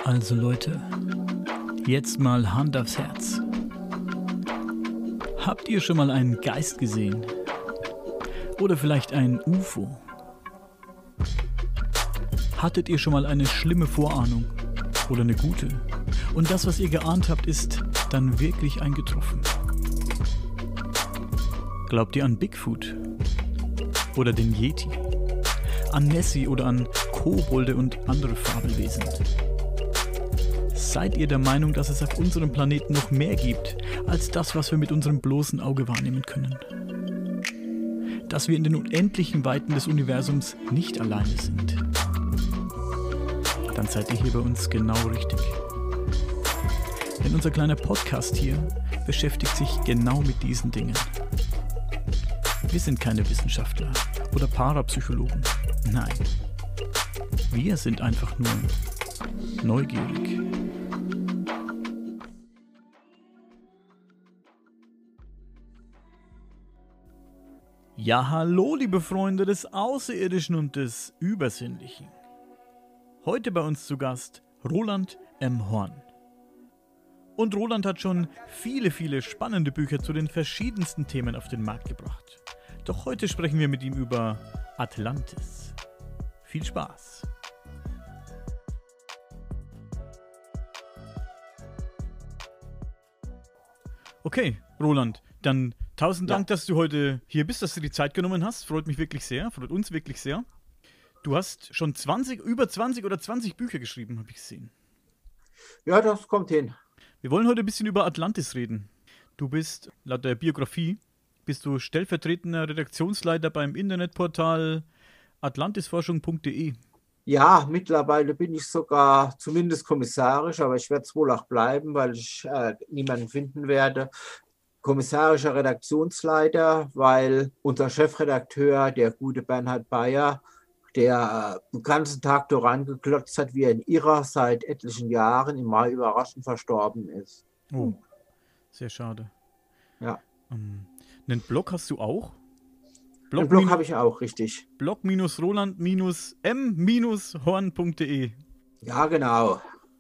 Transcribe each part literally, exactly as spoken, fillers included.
Also Leute, jetzt mal Hand aufs Herz. Habt ihr schon mal einen Geist gesehen? Oder vielleicht ein U F O? Hattet ihr schon mal eine schlimme Vorahnung? Oder eine gute? Und das, was ihr geahnt habt, ist dann wirklich eingetroffen? Glaubt ihr an Bigfoot? Oder den Yeti? An Nessie oder an Kobolde und andere Fabelwesen? Seid ihr der Meinung, dass es auf unserem Planeten noch mehr gibt, als das, was wir mit unserem bloßen Auge wahrnehmen können? Dass wir in den unendlichen Weiten des Universums nicht alleine sind? Dann seid ihr hier bei uns genau richtig. Denn unser kleiner Podcast hier beschäftigt sich genau mit diesen Dingen. Wir sind keine Wissenschaftler oder Parapsychologen. Nein, wir sind einfach nur neugierig. Ja, hallo liebe Freunde des Außerirdischen und des Übersinnlichen. Heute bei uns zu Gast Roland M. Horn. Und Roland hat schon viele, viele spannende Bücher zu den verschiedensten Themen auf den Markt gebracht. Doch heute sprechen wir mit ihm über Atlantis. Viel Spaß! Okay, Roland, dann tausend Dank, ja. dass du heute hier bist, dass du die Zeit genommen hast. Freut mich wirklich sehr, freut uns wirklich sehr. Du hast schon zwanzig, über zwanzig oder zwanzig Bücher geschrieben, habe ich gesehen. Ja, das kommt hin. Wir wollen heute ein bisschen über Atlantis reden. Du bist, laut der Biografie, bist du stellvertretender Redaktionsleiter beim Internetportal atlantisforschung punkt de. Ja, mittlerweile bin ich sogar zumindest kommissarisch, aber ich werde es wohl auch bleiben, weil ich äh, niemanden finden werde. Kommissarischer Redaktionsleiter, weil unser Chefredakteur, der gute Bernhard Bayer, der äh, den ganzen Tag daran geklotzt hat, wie ein Irrer seit etlichen Jahren im Mai überraschend verstorben ist. Oh, sehr schade. Ja. Um, einen Blog hast du auch? Blog einen Blog habe ich auch, richtig. Blog-roland m horn punkt de. Ja, genau.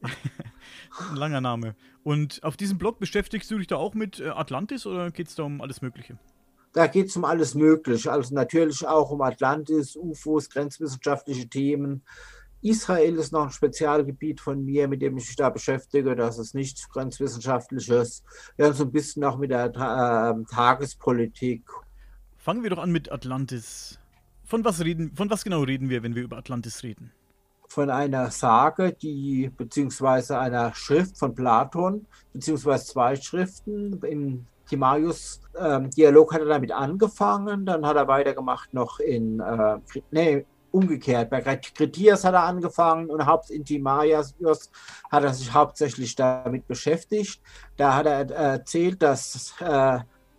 Ein langer Name. Und auf diesem Blog beschäftigst du dich da auch mit Atlantis oder geht es da um alles Mögliche? Da geht es um alles Mögliche. Also natürlich auch um Atlantis, U F Os, grenzwissenschaftliche Themen. Israel ist noch ein Spezialgebiet von mir, mit dem ich mich da beschäftige. Das ist nichts Grenzwissenschaftliches. Ja, so ein bisschen auch mit der äh, Tagespolitik. Fangen wir doch an mit Atlantis. Von was reden, von was genau reden wir, wenn wir über Atlantis reden? Von einer Sage, die beziehungsweise einer Schrift von Platon, beziehungsweise zwei Schriften. Im Timaeus-Dialog ähm, hat er damit angefangen, dann hat er weitergemacht noch in, äh, nee, umgekehrt, bei Kritias hat er angefangen und haupt in Timaeus hat er sich hauptsächlich damit beschäftigt. Da hat er erzählt, dass äh,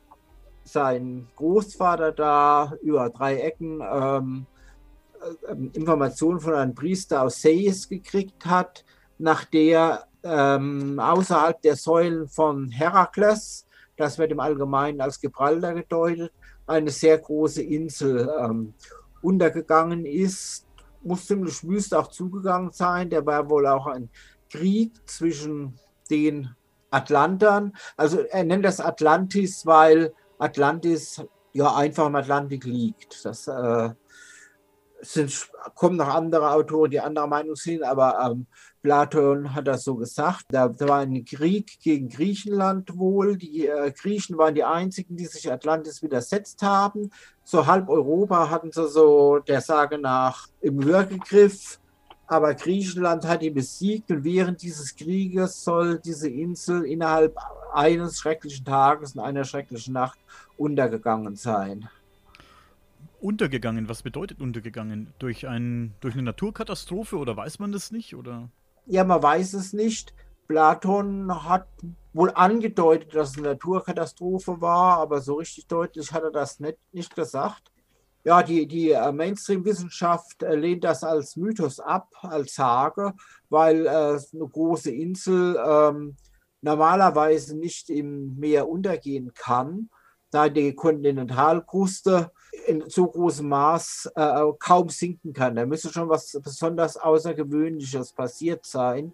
sein Großvater da über drei Ecken ähm, Informationen von einem Priester aus Sais gekriegt hat, nach der ähm, außerhalb der Säulen von Herakles, das wird im Allgemeinen als Gibraltar gedeutet, eine sehr große Insel ähm, untergegangen ist. Muss ziemlich wüst auch zugegangen sein. Der war wohl auch ein Krieg zwischen den Atlantern. Also er nennt das Atlantis, weil Atlantis ja einfach im Atlantik liegt. Das äh, sind, kommen noch andere Autoren, die anderer Meinung sind, aber ähm, Platon hat das so gesagt. Da, da war ein Krieg gegen Griechenland wohl. Die äh, Griechen waren die einzigen, die sich Atlantis widersetzt haben. So halb Europa hatten sie so der Sage nach im Würgegriff. Aber Griechenland hat ihn besiegt und während dieses Krieges soll diese Insel innerhalb eines schrecklichen Tages und einer schrecklichen Nacht untergegangen sein. Untergegangen, was bedeutet untergegangen? Durch, ein, durch eine Naturkatastrophe oder weiß man das nicht? Oder? Ja, man weiß es nicht. Platon hat wohl angedeutet, dass es eine Naturkatastrophe war, aber so richtig deutlich hat er das nicht, nicht gesagt. Ja, die, die Mainstream-Wissenschaft lehnt das als Mythos ab, als Sage, weil äh, eine große Insel ähm, normalerweise nicht im Meer untergehen kann, da die Kontinentalkruste in so großem Maß äh, kaum sinken kann. Da müsste schon was besonders Außergewöhnliches passiert sein.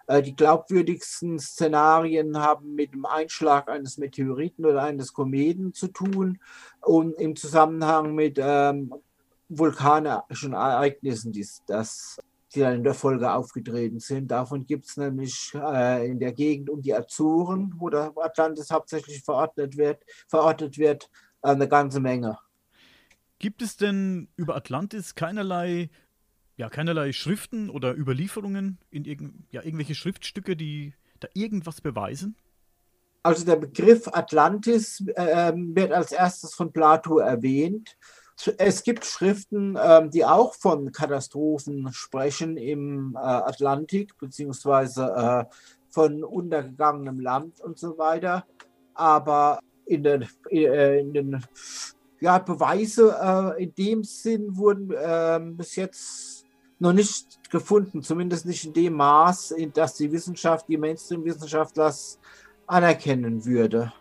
Äh, die glaubwürdigsten Szenarien haben mit dem Einschlag eines Meteoriten oder eines Kometen zu tun und im Zusammenhang mit ähm, vulkanischen Ereignissen, die, das, die dann in der Folge aufgetreten sind. Davon gibt es nämlich äh, in der Gegend um die Azoren, wo der Atlantis hauptsächlich verordnet wird, verortet wird, äh, eine ganze Menge. Gibt es denn über Atlantis keinerlei, ja, keinerlei Schriften oder Überlieferungen in irgend, ja, irgendwelche Schriftstücke, die da irgendwas beweisen? Also der Begriff Atlantis äh, wird als erstes von Plato erwähnt. Es gibt Schriften, äh, die auch von Katastrophen sprechen im äh, Atlantik, beziehungsweise äh, von untergegangenem Land und so weiter. Aber in den, in den ja, Beweise äh, in dem Sinn wurden äh, bis jetzt noch nicht gefunden, zumindest nicht in dem Maß, in das die Wissenschaft, die Mainstream-Wissenschaft das anerkennen würde.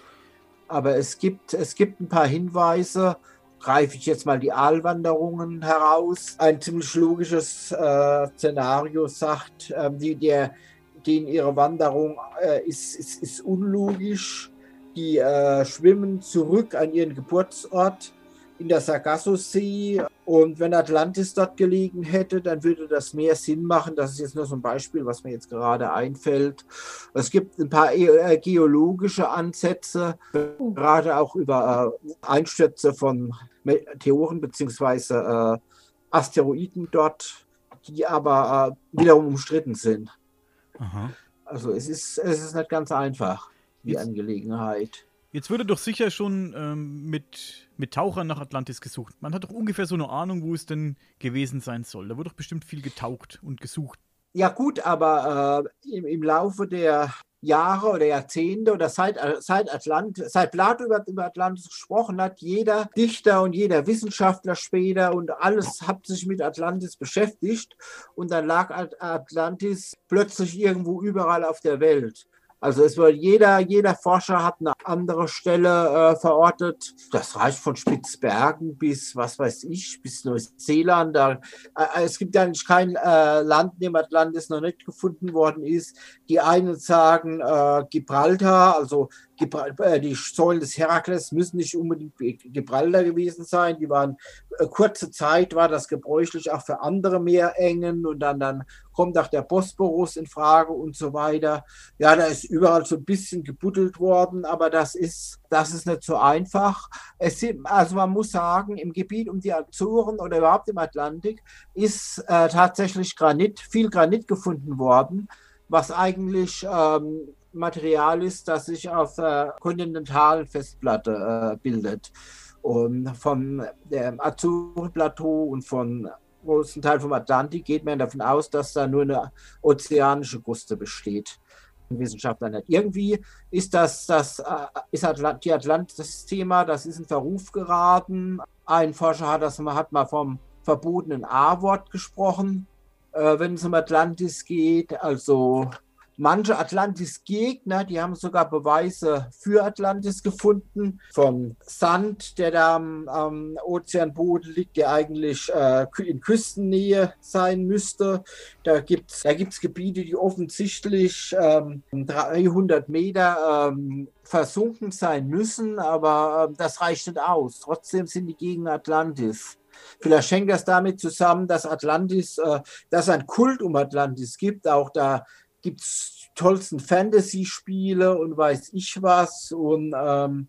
Aber es gibt, es gibt ein paar Hinweise, greife ich jetzt mal die Aalwanderungen heraus. Ein ziemlich logisches äh, Szenario sagt, äh, die, der, die in ihrer Wanderung äh, ist, ist, ist unlogisch. Die äh, schwimmen zurück an ihren Geburtsort in der Sargasso-See. Und wenn Atlantis dort gelegen hätte, dann würde das mehr Sinn machen. Das ist jetzt nur so ein Beispiel, was mir jetzt gerade einfällt. Es gibt ein paar äh, geologische Ansätze, gerade auch über äh, Einstürze von Meteoren bzw. Äh, Asteroiden dort, die aber äh, wiederum umstritten sind. Aha. Also es ist, es ist nicht ganz einfach, die Jetzt, Angelegenheit. Jetzt wurde doch sicher schon ähm, mit, mit Tauchern nach Atlantis gesucht. Man hat doch ungefähr so eine Ahnung, wo es denn gewesen sein soll. Da wurde doch bestimmt viel getaucht und gesucht. Ja gut, aber äh, im, im Laufe der Jahre oder Jahrzehnte oder seit, seit, Atlant, seit Plato über, über Atlantis gesprochen hat, jeder Dichter und jeder Wissenschaftler später und alles hat sich mit Atlantis beschäftigt und dann lag Atlantis plötzlich irgendwo überall auf der Welt. Also es wird jeder, jeder Forscher hat eine andere Stelle äh, verortet. Das reicht von Spitzbergen bis, was weiß ich, bis Neuseeland. Da, äh, es gibt eigentlich kein äh, Land, in dem Atlantis noch nicht gefunden worden ist. Die einen sagen äh, Gibraltar, also Gibral äh, die Säulen des Herakles müssen nicht unbedingt Gibraltar gewesen sein. Die waren äh, kurze Zeit war das gebräuchlich auch für andere Meerengen und dann, dann kommt auch der Bosporus in Frage und so weiter. Ja, da ist überall so ein bisschen gebuddelt worden, aber das ist, das ist nicht so einfach. Es sind, also man muss sagen, im Gebiet um die Azoren oder überhaupt im Atlantik ist äh, tatsächlich Granit, viel Granit gefunden worden, was eigentlich ähm, Material ist, das sich auf der kontinentalen Festplatte äh, bildet. Und vom äh, Azorenplateau und von großen Teil vom Atlantik geht man davon aus, dass da nur eine ozeanische Kruste besteht. Wissenschaftler nicht. Irgendwie ist das, das äh, ist Atlant die Atlantis-Thema, das ist in Verruf geraten. Ein Forscher hat, das, hat mal vom verbotenen A-Wort gesprochen, äh, wenn es um Atlantis geht. Also manche Atlantis-Gegner, die haben sogar Beweise für Atlantis gefunden, vom Sand, der da am, am Ozeanboden liegt, der eigentlich äh, in Küstennähe sein müsste. Da gibt es da gibt's Gebiete, die offensichtlich ähm, dreihundert Meter ähm, versunken sein müssen, aber äh, das reicht nicht aus. Trotzdem sind die gegen Atlantis. Vielleicht hängt das damit zusammen, dass Atlantis, äh, dass es einen Kult um Atlantis gibt, auch da gibt es tollsten Fantasy-Spiele und weiß ich was und ähm,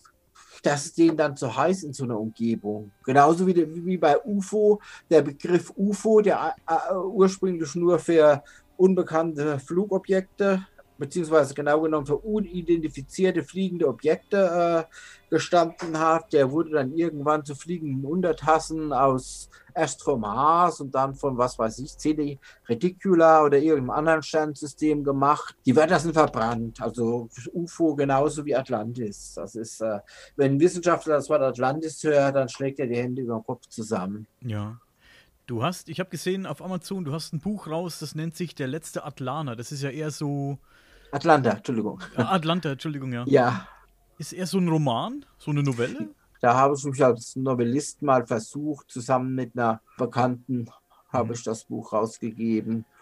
das ist denen dann zu heiß in so einer Umgebung. Genauso wie, wie bei U F O, der Begriff U F O, der äh, ursprünglich nur für unbekannte Flugobjekte, beziehungsweise genau genommen für unidentifizierte fliegende Objekte äh, gestanden hat, der wurde dann irgendwann zu fliegenden Untertassen aus erst vom Mars und dann von, was weiß ich, Ceti Reticula oder irgendeinem anderen Sternensystem gemacht. Die werden das verbrannt. Also U F O genauso wie Atlantis. Das ist, äh, wenn ein Wissenschaftler das Wort Atlantis hört, dann schlägt er die Hände über den Kopf zusammen. Ja. Du hast, ich habe gesehen auf Amazon, du hast ein Buch raus, das nennt sich Der letzte Atlaner. Das ist ja eher so... Atlanta, Entschuldigung. Atlanta, Entschuldigung, ja. Ja. Ist eher so ein Roman, so eine Novelle? Da habe ich mich als Novellist mal versucht, zusammen mit einer Bekannten habe ich das Buch rausgegeben.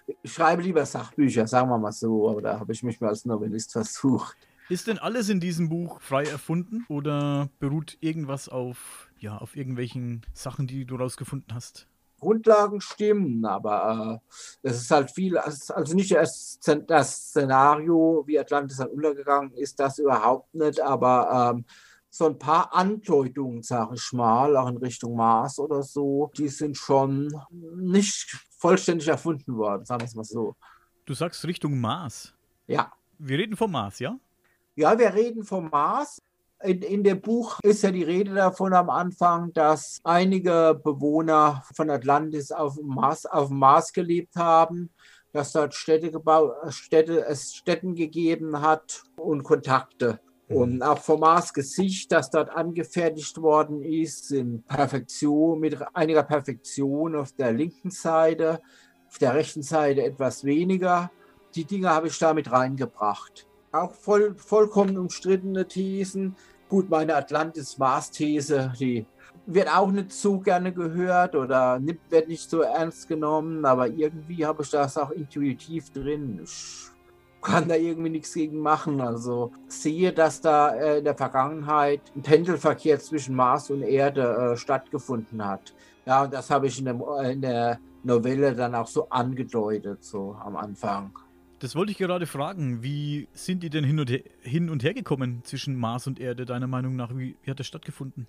Ich schreibe lieber Sachbücher, sagen wir mal so, aber da habe ich mich mal als Novellist versucht. Ist denn alles in diesem Buch frei erfunden oder beruht irgendwas auf, ja, auf irgendwelchen Sachen, die du rausgefunden hast? Grundlagen stimmen, aber äh, es ist halt viel, also nicht erst das Szenario, wie Atlantis dann untergegangen ist, das überhaupt nicht, aber ähm, so ein paar Andeutungen, sage ich mal, auch in Richtung Mars oder so, die sind schon nicht vollständig erfunden worden, sagen wir es mal so. Du sagst Richtung Mars. Ja. Wir reden vom Mars, ja? Ja, wir reden vom Mars. In, in dem Buch ist ja die Rede davon am Anfang, dass einige Bewohner von Atlantis auf dem Mars, auf dem Mars gelebt haben, dass dort Städte gebaut, Städte, es Städten gegeben hat und Kontakte. Und auch vom Mars-Gesicht, das dort angefertigt worden ist, in Perfektion, mit einiger Perfektion auf der linken Seite, auf der rechten Seite etwas weniger. Die Dinge habe ich da mit reingebracht. Auch voll, vollkommen umstrittene Thesen. Gut, meine Atlantis-Mars-These, die wird auch nicht so gerne gehört oder wird nicht so ernst genommen, aber irgendwie habe ich das auch intuitiv drin. Ich kann da irgendwie nichts gegen machen. Also sehe, dass da äh, in der Vergangenheit ein Pendelverkehr zwischen Mars und Erde äh, stattgefunden hat. Ja, und das habe ich in der, in der Novelle dann auch so angedeutet, so am Anfang. Das wollte ich gerade fragen. Wie sind die denn hin und her, hin und her gekommen zwischen Mars und Erde, deiner Meinung nach? Wie, wie hat das stattgefunden?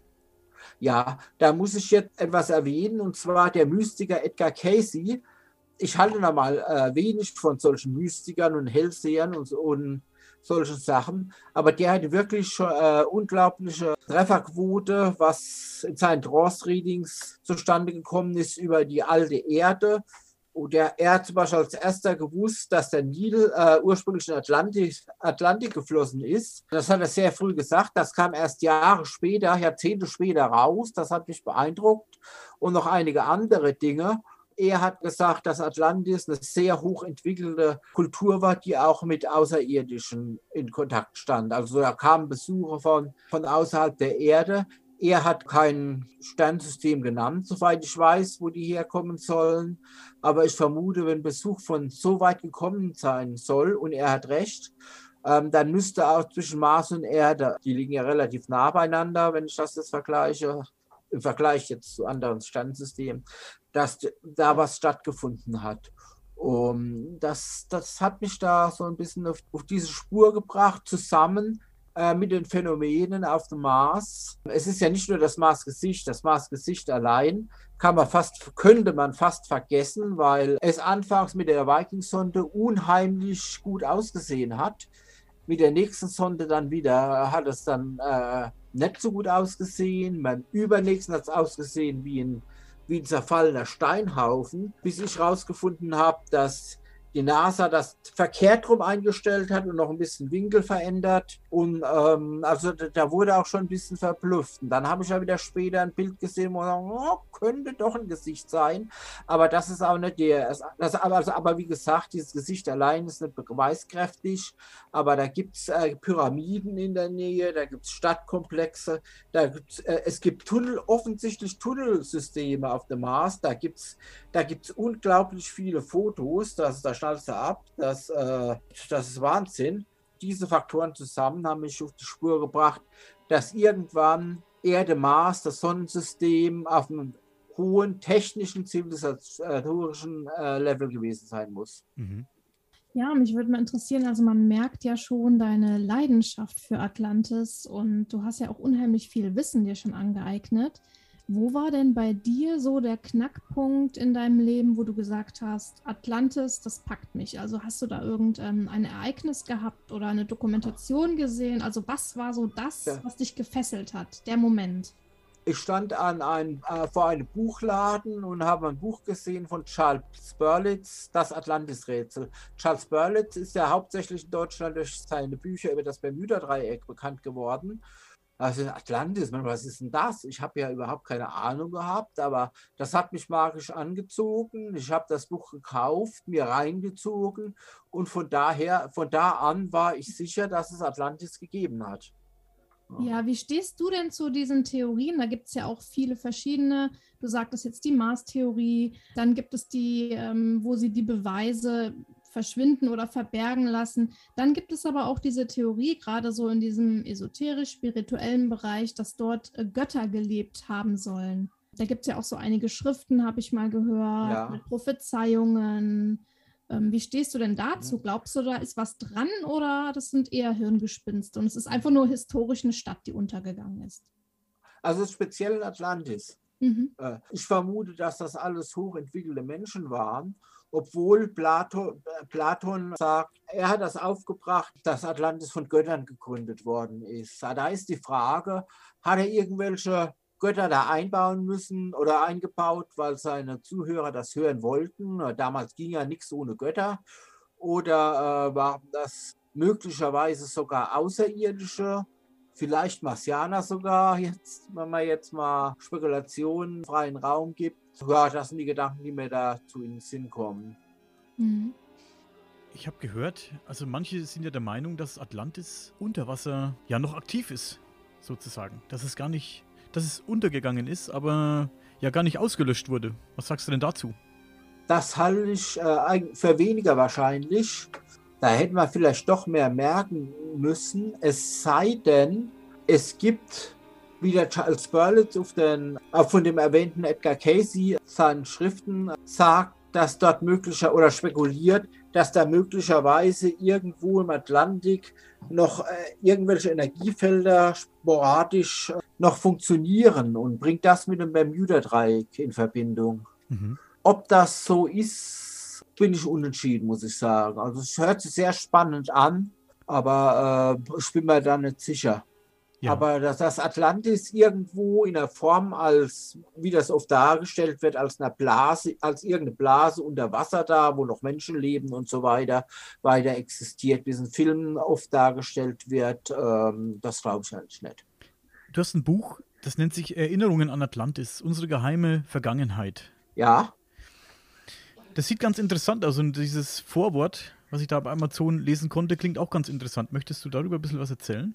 Ja, da muss ich jetzt etwas erwähnen, und zwar der Mystiker Edgar Cayce. Ich halte da mal äh, wenig von solchen Mystikern und Hellsehern und, und solchen Sachen, aber der hat wirklich schon äh, unglaubliche Trefferquote, was in seinen Trance-Readings zustande gekommen ist über die alte Erde. Und der, er hat zum Beispiel als erster gewusst, dass der Nil äh, ursprünglich in Atlantik, Atlantik geflossen ist. Das hat er sehr früh gesagt. Das kam erst Jahre später, Jahrzehnte später raus. Das hat mich beeindruckt. Und noch einige andere Dinge. Er hat gesagt, dass Atlantis eine sehr hoch entwickelte Kultur war, die auch mit Außerirdischen in Kontakt stand. Also da kamen Besucher von, von außerhalb der Erde. Er hat kein Sternsystem genannt, soweit ich weiß, wo die herkommen sollen. Aber ich vermute, wenn Besuch von so weit gekommen sein soll, und er hat recht, ähm, dann müsste auch zwischen Mars und Erde, die liegen ja relativ nah beieinander, wenn ich das jetzt vergleiche, im Vergleich jetzt zu anderen Sternsystemen, dass da was stattgefunden hat. Um, das, das hat mich da so ein bisschen auf, auf diese Spur gebracht, zusammen mit den Phänomenen auf dem Mars. Es ist ja nicht nur das Mars-Gesicht, das Mars-Gesicht allein kann man fast, könnte man fast vergessen, weil es anfangs mit der Viking-Sonde unheimlich gut ausgesehen hat. Mit der nächsten Sonde dann wieder hat es dann äh, nicht so gut ausgesehen. Beim übernächsten hat es ausgesehen wie ein, wie ein zerfallener Steinhaufen, bis ich herausgefunden habe, dass die NASA das verkehrt rum eingestellt hat und noch ein bisschen Winkel verändert. Und ähm, also da wurde auch schon ein bisschen verblüfft. Und dann habe ich ja wieder später ein Bild gesehen, wo ich dachte, oh, könnte doch ein Gesicht sein. Aber das ist auch nicht der. Das, aber, also, aber wie gesagt, dieses Gesicht allein ist nicht beweiskräftig. Aber da gibt es äh, Pyramiden in der Nähe, da gibt es Stadtkomplexe, da gibt's, äh, es gibt Tunnel, offensichtlich Tunnelsysteme auf dem Mars. Da gibt es da gibt's unglaublich viele Fotos. Das, da schnallst du ab. Das, äh, das ist Wahnsinn. Diese Faktoren zusammen haben mich auf die Spur gebracht, dass irgendwann Erde, Mars, das Sonnensystem auf einem hohen technischen, zivilisatorischen äh, Level gewesen sein muss. Mhm. Ja, mich würde mal interessieren, also man merkt ja schon deine Leidenschaft für Atlantis und du hast ja auch unheimlich viel Wissen dir schon angeeignet. Wo war denn bei dir so der Knackpunkt in deinem Leben, wo du gesagt hast, Atlantis, das packt mich? Also hast du da irgendein ein Ereignis gehabt oder eine Dokumentation gesehen? Also was war so das, ja, was dich gefesselt hat, der Moment? Ich stand an ein, äh, vor einem Buchladen und habe ein Buch gesehen von Charles Berlitz, das Atlantis-Rätsel. Charles Berlitz ist ja hauptsächlich in Deutschland durch seine Bücher über das Bermuda-Dreieck bekannt geworden. Also Atlantis, was ist denn das? Ich habe ja überhaupt keine Ahnung gehabt, aber das hat mich magisch angezogen. Ich habe das Buch gekauft, mir reingezogen und von daher, von da an war ich sicher, dass es Atlantis gegeben hat. Ja, wie stehst du denn zu diesen Theorien? Da gibt es ja auch viele verschiedene. Du sagtest jetzt die Mars-Theorie, dann gibt es die, ähm, wo sie die Beweise verschwinden oder verbergen lassen. Dann gibt es aber auch diese Theorie, gerade so in diesem esoterisch-spirituellen Bereich, dass dort äh, Götter gelebt haben sollen. Da gibt es ja auch so einige Schriften, habe ich mal gehört, Ja. mit Prophezeiungen. Ähm, wie stehst du denn dazu? Glaubst du, da ist was dran oder das sind eher Hirngespinste und es ist einfach nur historisch eine Stadt, die untergegangen ist? Also speziell in Atlantis. Mhm. Äh, Ich vermute, dass das alles hochentwickelte Menschen waren, obwohl Plato, äh, Platon sagt, er hat das aufgebracht, dass Atlantis von Göttern gegründet worden ist. Da ist die Frage, hat er irgendwelche Götter da einbauen müssen oder eingebaut, weil seine Zuhörer das hören wollten? Damals ging ja nichts ohne Götter. Oder äh, waren das möglicherweise sogar Außerirdische? Vielleicht Marsianer sogar, jetzt, wenn man jetzt mal Spekulationen freien Raum gibt. Ja, das sind die Gedanken, die mir dazu in den Sinn kommen. Mhm. Ich habe gehört, also manche sind ja der Meinung, dass Atlantis unter Wasser ja noch aktiv ist, sozusagen. Dass es gar nicht, dass es untergegangen ist, aber ja gar nicht ausgelöscht wurde. Was sagst du denn dazu? Das halte ich äh, für weniger wahrscheinlich. Da hätten wir vielleicht doch mehr merken müssen. Es sei denn, es gibt, wie der Charles Berlitz auf den, auch von dem erwähnten Edgar Cayce seinen Schriften sagt, dass dort möglicher oder spekuliert, dass da möglicherweise irgendwo im Atlantik noch äh, irgendwelche Energiefelder sporadisch äh, noch funktionieren und bringt das mit dem Bermuda-Dreieck in Verbindung. Mhm. Ob das so ist, bin ich unentschieden, muss ich sagen. Also es hört sich sehr spannend an, aber äh, ich bin mir da nicht sicher. Ja. Aber dass das Atlantis irgendwo in der Form, als wie das oft dargestellt wird, als eine Blase, als irgendeine Blase unter Wasser da, wo noch Menschen leben und so weiter, weiter existiert, wie es in Filmen oft dargestellt wird, ähm, das glaube ich eigentlich nicht. Du hast ein Buch, das nennt sich Erinnerungen an Atlantis, unsere geheime Vergangenheit. Ja. Das sieht ganz interessant aus und dieses Vorwort, was ich da bei Amazon lesen konnte, klingt auch ganz interessant. Möchtest du darüber ein bisschen was erzählen?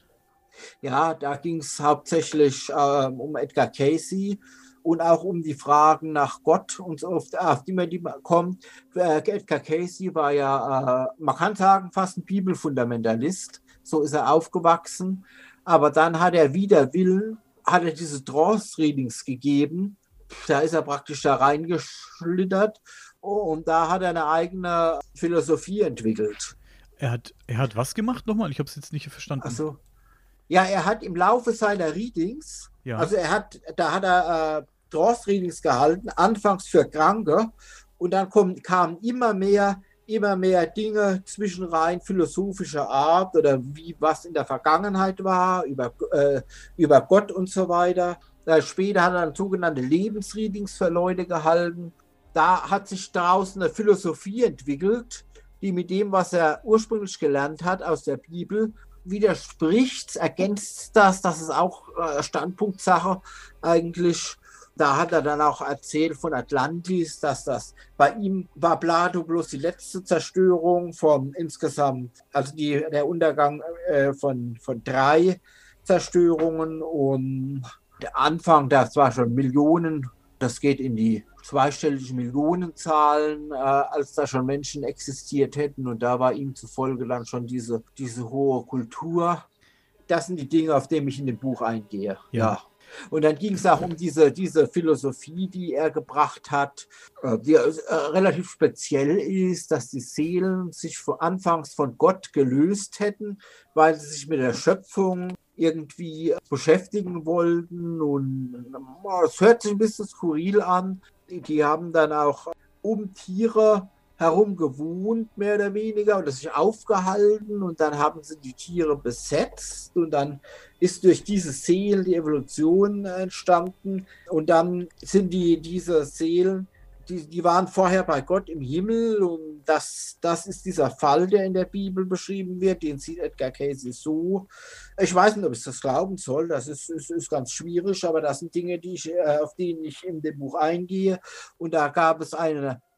Ja, da ging es hauptsächlich äh, um Edgar Cayce und auch um die Fragen nach Gott und so, auf, auf die man die kommt. Äh, Edgar Cayce war ja, äh, man kann sagen, fast ein Bibelfundamentalist. So ist er aufgewachsen. Aber dann hat er wider Willen, hat er diese Trance-Readings gegeben. Da ist er praktisch da reingeschlittert und da hat er eine eigene Philosophie entwickelt. Er hat, er hat was gemacht nochmal? Ich habe es jetzt nicht verstanden. Ach so. Ja, er hat im Laufe seiner Readings, Ja. also er hat, da hat er äh, Trance-Readings gehalten, anfangs für Kranke und dann kommen, kamen immer mehr, immer mehr Dinge zwischen rein, philosophischer Art oder wie was in der Vergangenheit war, über, äh, über Gott und so weiter. Äh, später hat er dann sogenannte Lebensreadings für Leute gehalten. Da hat sich daraus eine Philosophie entwickelt, die mit dem, was er ursprünglich gelernt hat aus der Bibel, widerspricht, ergänzt das, das ist auch äh, Standpunktsache eigentlich. Da hat er dann auch erzählt von Atlantis, dass das bei ihm war Plato bloß die letzte Zerstörung von insgesamt, also die, der Untergang äh, von, von drei Zerstörungen und der Anfang, das war schon Millionen, das geht in die zweistelligen Millionenzahlen, äh, als da schon Menschen existiert hätten. Und da war ihm zufolge dann schon diese, diese hohe Kultur. Das sind die Dinge, auf die ich in dem Buch eingehe. Ja. Ja. Und dann ging es auch um diese, diese Philosophie, die er gebracht hat, äh, die äh, relativ speziell ist, dass die Seelen sich von, anfangs von Gott gelöst hätten, weil sie sich mit der Schöpfung irgendwie beschäftigen wollten. Und es hört sich ein bisschen skurril an. Die, die haben dann auch um Tiere herum gewohnt, mehr oder weniger, und sich aufgehalten. Und dann haben sie die Tiere besetzt. Und dann ist durch diese Seelen die Evolution entstanden. Und dann sind die, diese Seelen, die, die waren vorher bei Gott im Himmel. Und das, das ist dieser Fall, der in der Bibel beschrieben wird. Den sieht Edgar Cayce so. Ich weiß nicht, ob ich das glauben soll. Das ist, ist, ist ganz schwierig. Aber das sind Dinge, die ich, auf die ich in dem Buch eingehe. Und da gab es eine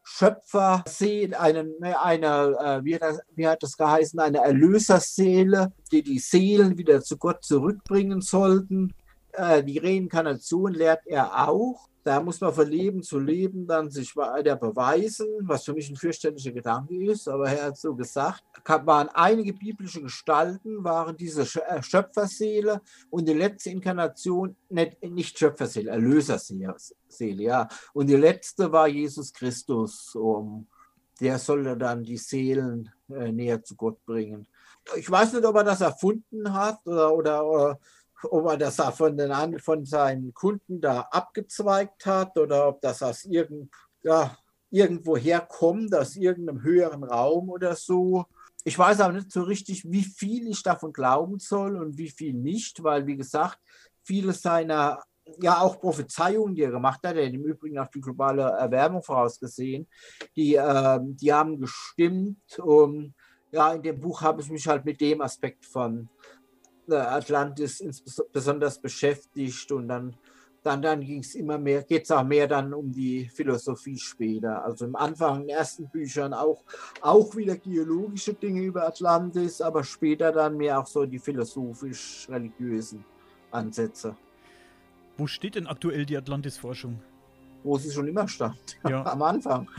Schöpferseele, eine, eine äh, wie, hat das, wie hat das geheißen, eine Erlöserseele, die die Seelen wieder zu Gott zurückbringen sollten. Äh, die Reinkarnation lehrt er auch. Da muss man von Leben zu Leben dann sich weiter beweisen, was für mich ein fürchterlicher Gedanke ist, aber er hat so gesagt, waren einige biblische Gestalten, waren diese Schöpferseele und die letzte Inkarnation, nicht, nicht Schöpferseele, Erlöserseele, ja. Und die letzte war Jesus Christus, um, der sollte dann die Seelen äh, näher zu Gott bringen. Ich weiß nicht, ob er das erfunden hat oder, oder, oder ob er das von, den, von seinen Kunden da abgezweigt hat oder ob das aus irgend, ja, irgendwo herkommt, aus irgendeinem höheren Raum oder so. Ich weiß aber nicht so richtig, wie viel ich davon glauben soll und wie viel nicht, weil, wie gesagt, viele seiner, ja auch Prophezeiungen, die er gemacht hat, er hat im Übrigen auch die globale Erwärmung vorausgesehen, die, äh, die haben gestimmt. Um, ja, in dem Buch habe ich mich halt mit dem Aspekt von Atlantis besonders beschäftigt und dann, dann, dann ging es immer mehr, geht es auch mehr dann um die Philosophie später. Also im Anfang, in den ersten Büchern auch, auch wieder geologische Dinge über Atlantis, aber später dann mehr auch so die philosophisch-religiösen Ansätze. Wo steht denn aktuell die Atlantis-Forschung? Wo sie schon immer stand, ja. Am Anfang.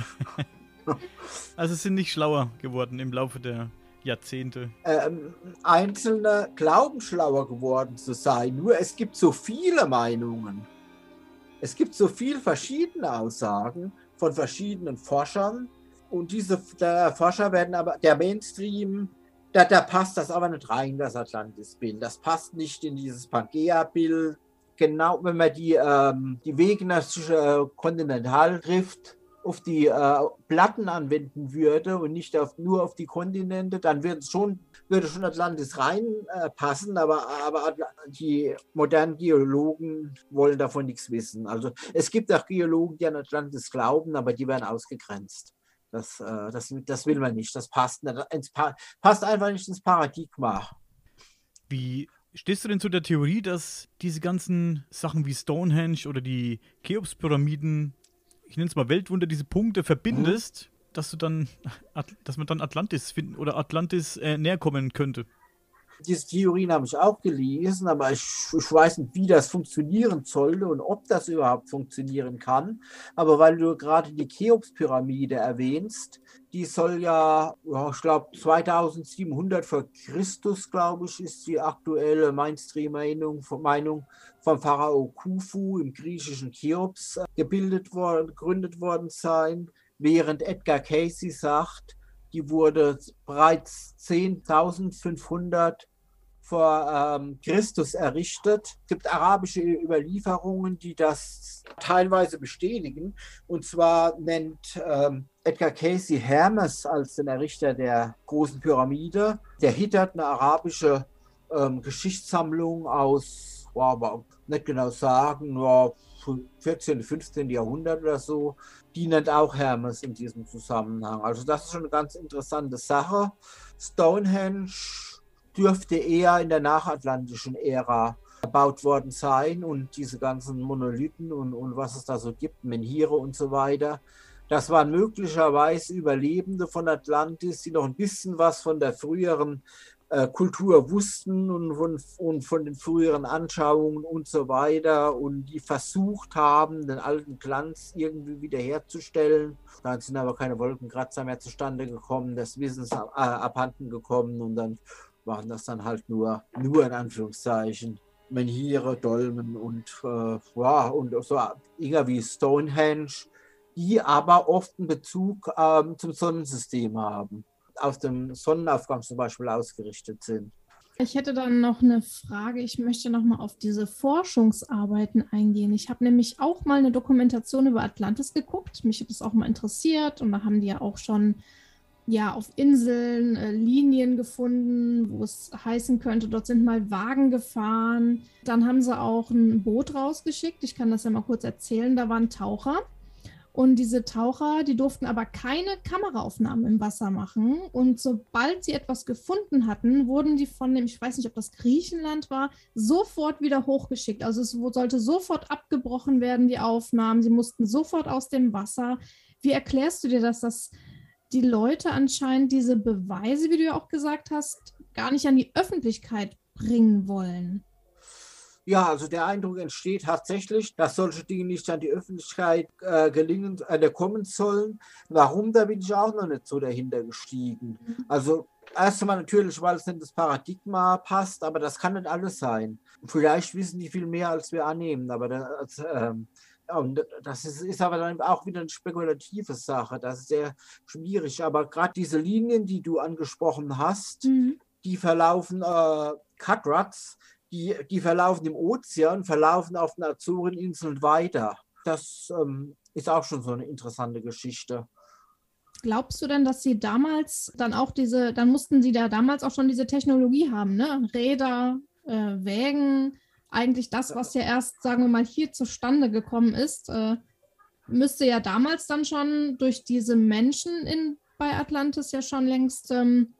Also sie sind nicht schlauer geworden im Laufe der Jahrzehnte. Ähm, Einzelne glauben schlauer geworden zu sein, nur es gibt so viele Meinungen. Es gibt so viele verschiedene Aussagen von verschiedenen Forschern und diese der Forscher werden aber, der Mainstream, da, da passt das aber nicht rein, das Atlantis-Bild. Das passt nicht in dieses Pangea-Bild. Genau, wenn man die, ähm, die Wegenersche Kontinentalrift auf die äh, Platten anwenden würde und nicht auf, nur auf die Kontinente, dann würde schon, würde schon Atlantis reinpassen, äh, aber, aber die modernen Geologen wollen davon nichts wissen. Also es gibt auch Geologen, die an Atlantis glauben, aber die werden ausgegrenzt. Das, äh, das, das will man nicht. Das passt, nicht ins pa- passt einfach nicht ins Paradigma. Wie stehst du denn zu der Theorie, dass diese ganzen Sachen wie Stonehenge oder die Cheops-Pyramiden, ich nenne es mal Weltwunder, diese Punkte verbindest, mhm. dass du dann, dass man dann Atlantis finden oder Atlantis äh, näher kommen könnte? Diese Theorien habe ich auch gelesen, aber ich, ich weiß nicht, wie das funktionieren sollte und ob das überhaupt funktionieren kann. Aber weil du gerade die Cheops-Pyramide erwähnst, die soll ja, ja ich glaube, zweitausendsiebenhundert vor Christus, glaube ich, ist die aktuelle Mainstream-Meinung Meinung vom Pharao Khufu im griechischen Cheops gebildet worden, gegründet worden sein, während Edgar Cayce sagt, die wurde bereits zehntausendfünfhundert vor ähm, Christus errichtet. Es gibt arabische Überlieferungen, die das teilweise bestätigen. Und zwar nennt ähm, Edgar Cayce Hermes als den Errichter der großen Pyramide. Der Hittert, eine arabische ähm, Geschichtssammlung aus, wow, nicht genau sagen, wow, vierzehnten, fünfzehnten Jahrhundert oder so, die nennt auch Hermes in diesem Zusammenhang. Also das ist schon eine ganz interessante Sache. Stonehenge dürfte eher in der nachatlantischen Ära erbaut worden sein und diese ganzen Monolithen und, und was es da so gibt, Menhire und so weiter, das waren möglicherweise Überlebende von Atlantis, die noch ein bisschen was von der früheren Kultur wussten und von, und von den früheren Anschauungen und so weiter und die versucht haben, den alten Glanz irgendwie wiederherzustellen. Dann sind aber keine Wolkenkratzer mehr zustande gekommen, das Wissen ist ab, äh, abhanden gekommen und dann waren das dann halt nur, nur in Anführungszeichen Menhire, Dolmen und, äh, ja, und so Dinger wie Stonehenge, die aber oft einen Bezug ähm, zum Sonnensystem haben. Aus dem Sonnenaufgang zum Beispiel ausgerichtet sind. Ich hätte dann noch eine Frage. Ich möchte noch mal auf diese Forschungsarbeiten eingehen. Ich habe nämlich auch mal eine Dokumentation über Atlantis geguckt. Mich hat das auch mal interessiert und da haben die ja auch schon ja, auf Inseln äh, Linien gefunden, wo es heißen könnte, dort sind mal Wagen gefahren. Dann haben sie auch ein Boot rausgeschickt. Ich kann das ja mal kurz erzählen. Da waren Taucher. Und diese Taucher, die durften aber keine Kameraaufnahmen im Wasser machen. Und sobald sie etwas gefunden hatten, wurden die von dem, ich weiß nicht, ob das Griechenland war, sofort wieder hochgeschickt. Also es sollte sofort abgebrochen werden, die Aufnahmen. Sie mussten sofort aus dem Wasser. Wie erklärst du dir das, dass die Leute anscheinend diese Beweise, wie du ja auch gesagt hast, gar nicht an die Öffentlichkeit bringen wollen? Ja, also der Eindruck entsteht tatsächlich, dass solche Dinge nicht an die Öffentlichkeit äh, gelingen, äh, kommen sollen. Warum, da bin ich auch noch nicht so dahinter gestiegen. Mhm. Also erst einmal natürlich, weil es nicht das Paradigma passt, aber das kann nicht alles sein. Vielleicht wissen die viel mehr, als wir annehmen, aber das, ähm, und das ist, ist aber dann auch wieder eine spekulative Sache. Das ist sehr schwierig. Aber gerade diese Linien, die du angesprochen hast, Mhm. die verlaufen äh, Cut-Ruts, Die, die verlaufen im Ozean, verlaufen auf den Azoreninseln weiter. Das ähm, ist auch schon so eine interessante Geschichte. Glaubst du denn, dass sie damals dann auch diese, dann mussten sie da damals auch schon diese Technologie haben, ne? Räder, äh, Wägen, eigentlich das, was ja erst, sagen wir mal, hier zustande gekommen ist, äh, müsste ja damals dann schon durch diese Menschen in, bei Atlantis ja schon längst ähm,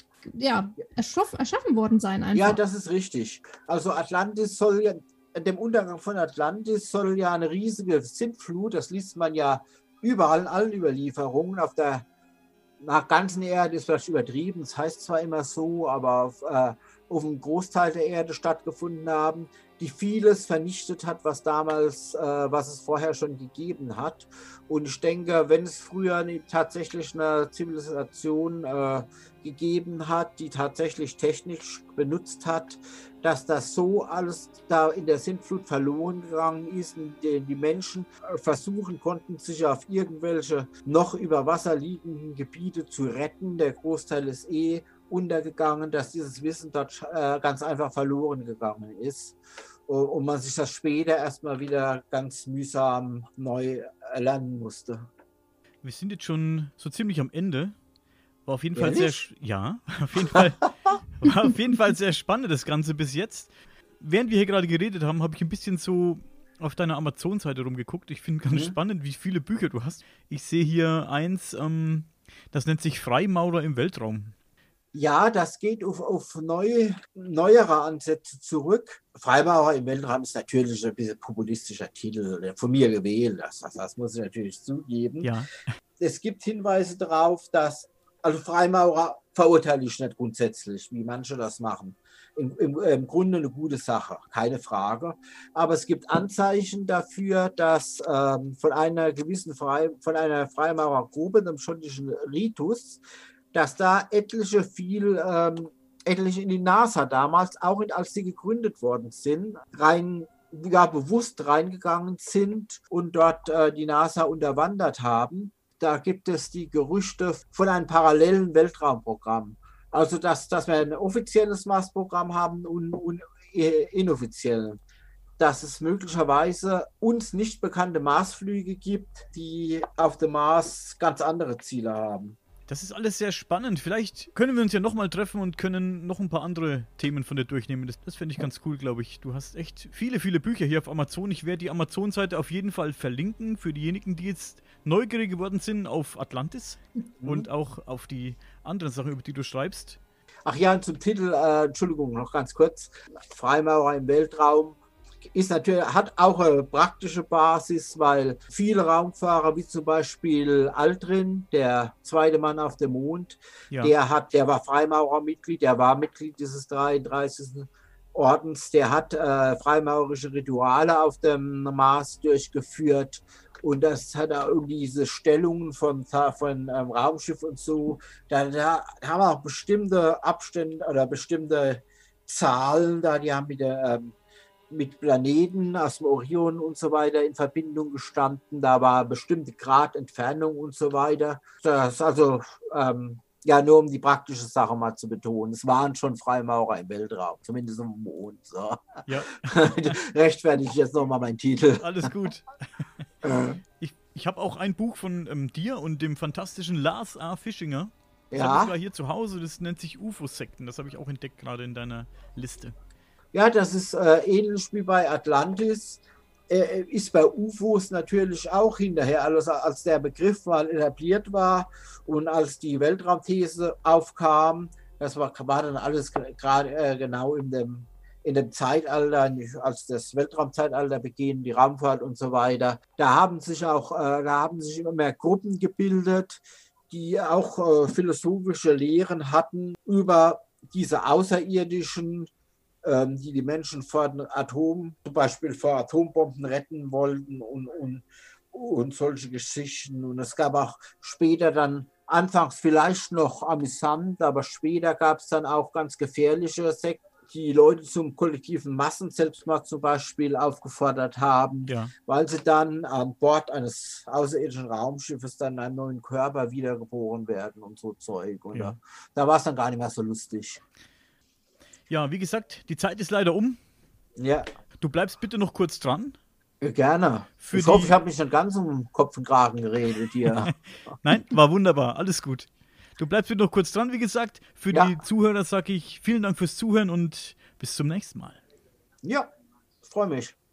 ja, erschaff, erschaffen worden sein einfach. Ja, das ist richtig. Also Atlantis soll ja, dem Untergang von Atlantis soll ja eine riesige Sintflut, das liest man ja überall in allen Überlieferungen, auf der nach ganzen Erde ist vielleicht übertrieben, das heißt zwar immer so, aber auf, äh, auf einem Großteil der Erde stattgefunden haben, die vieles vernichtet hat, was damals, äh, was es vorher schon gegeben hat. Und ich denke, wenn es früher eine, tatsächlich eine Zivilisation äh, gegeben hat, die tatsächlich technisch benutzt hat, dass das so alles da in der Sintflut verloren gegangen ist, und die, die Menschen versuchen konnten, sich auf irgendwelche noch über Wasser liegenden Gebiete zu retten. Der Großteil ist eh untergegangen, dass dieses Wissen dort äh, ganz einfach verloren gegangen ist und man sich das später erstmal wieder ganz mühsam neu erlernen musste. Wir sind jetzt schon so ziemlich am Ende. War auf jeden Fall Ehrlich? sehr, ja, auf jeden Fall, war auf jeden Fall sehr spannend, das Ganze bis jetzt. Während wir hier gerade geredet haben, habe ich ein bisschen so auf deiner Amazon-Seite rumgeguckt. Ich finde ganz Mhm. spannend, wie viele Bücher du hast. Ich sehe hier eins, ähm, das nennt sich Freimaurer im Weltraum. Ja, das geht auf, auf neue, neuere Ansätze zurück. Freimaurer im Weltraum ist natürlich ein bisschen populistischer Titel, der von mir gewählt. Das, das, das muss ich natürlich zugeben. Ja, Es gibt Hinweise darauf, dass, also Freimaurer verurteile ich nicht grundsätzlich, wie manche das machen. Im, im, im Grunde eine gute Sache, keine Frage. Aber es gibt Anzeichen dafür, dass ähm, von einer gewissen Frei, von einer Freimaurergruppe, dem schottischen Ritus, dass da etliche viel, ähm, etliche in die NASA damals, auch in, als sie gegründet worden sind, rein, ja, bewusst reingegangen sind und dort äh, die NASA unterwandert haben. Da gibt es die Gerüchte von einem parallelen Weltraumprogramm. Also, dass, dass wir ein offizielles Mars-Programm haben und, und inoffiziell. Dass es möglicherweise uns nicht bekannte Marsflüge gibt, die auf dem Mars ganz andere Ziele haben. das ist alles sehr spannend. Vielleicht können wir uns ja nochmal treffen und können noch ein paar andere Themen von dir durchnehmen. Das, das fände ich ganz cool, glaube ich. Du hast echt viele, viele Bücher hier auf Amazon. Ich werde die Amazon-Seite auf jeden Fall verlinken für diejenigen, die jetzt neugierig geworden sind auf Atlantis Mhm. und auch auf die anderen Sachen, über die du schreibst. Ach ja, zum Titel, äh, Entschuldigung, noch ganz kurz. Freimaurer im Weltraum ist natürlich, hat auch eine praktische Basis, weil viele Raumfahrer, wie zum Beispiel Aldrin, der zweite Mann auf dem Mond, Ja. der hat, der war Freimaurermitglied, der war Mitglied dieses dreiunddreißigsten Ordens, der hat äh, freimaurerische Rituale auf dem Mars durchgeführt. Und das hat auch irgendwie diese Stellungen von, von ähm, Raumschiff und so. Da, da haben wir auch bestimmte Abstände oder bestimmte Zahlen da, die haben mit, der, ähm, mit Planeten aus dem Orion und so weiter in Verbindung gestanden. Da war bestimmte Grad Entfernung und so weiter. Das also, ähm, ja, nur um die praktische Sache mal zu betonen. Es waren schon Freimaurer im Weltraum, zumindest auf dem Mond. So. Ja, Rechtfertige ich jetzt nochmal meinen Titel. alles gut. Ich, ich habe auch ein Buch von ähm, dir und dem fantastischen Lars A. Fischinger. Das habe ich Ja. sogar hier zu Hause. Das nennt sich U F O-Sekten. Das habe ich auch entdeckt gerade in deiner Liste. Ja, das ist äh, ähnlich wie bei Atlantis. Äh, ist bei U F Os natürlich auch hinterher, also als der Begriff mal etabliert war und als die Weltraumthese aufkam, das war, war dann alles gerade äh, genau in dem, in dem Zeitalter, als das Weltraumzeitalter beginnt, die Raumfahrt und so weiter, da haben sich auch, äh, da haben sich immer mehr Gruppen gebildet, die auch äh, philosophische Lehren hatten über diese Außerirdischen, ähm, die die Menschen vor den Atom, zum Beispiel vor Atombomben retten wollten und, und, und solche Geschichten. Und es gab auch später dann, anfangs vielleicht noch amüsant, aber später gab es dann auch ganz gefährliche Sekten, die Leute zum kollektiven Massenselbstmord zum Beispiel aufgefordert haben, Ja. weil sie dann an Bord eines außerirdischen Raumschiffes dann in einem neuen Körper wiedergeboren werden und so Zeug. Und Ja. da, da war es dann gar nicht mehr so lustig. Ja, wie gesagt, die Zeit ist leider um. Ja, Du bleibst bitte noch kurz dran. gerne. Für ich hoffe, die- ich habe nicht schon ganz um Kopf und Kragen geredet hier. Nein, war wunderbar, alles gut. Du bleibst bitte noch kurz dran, wie gesagt. Für Ja. die Zuhörer sage ich vielen Dank fürs Zuhören und bis zum nächsten Mal. Ja, freue mich.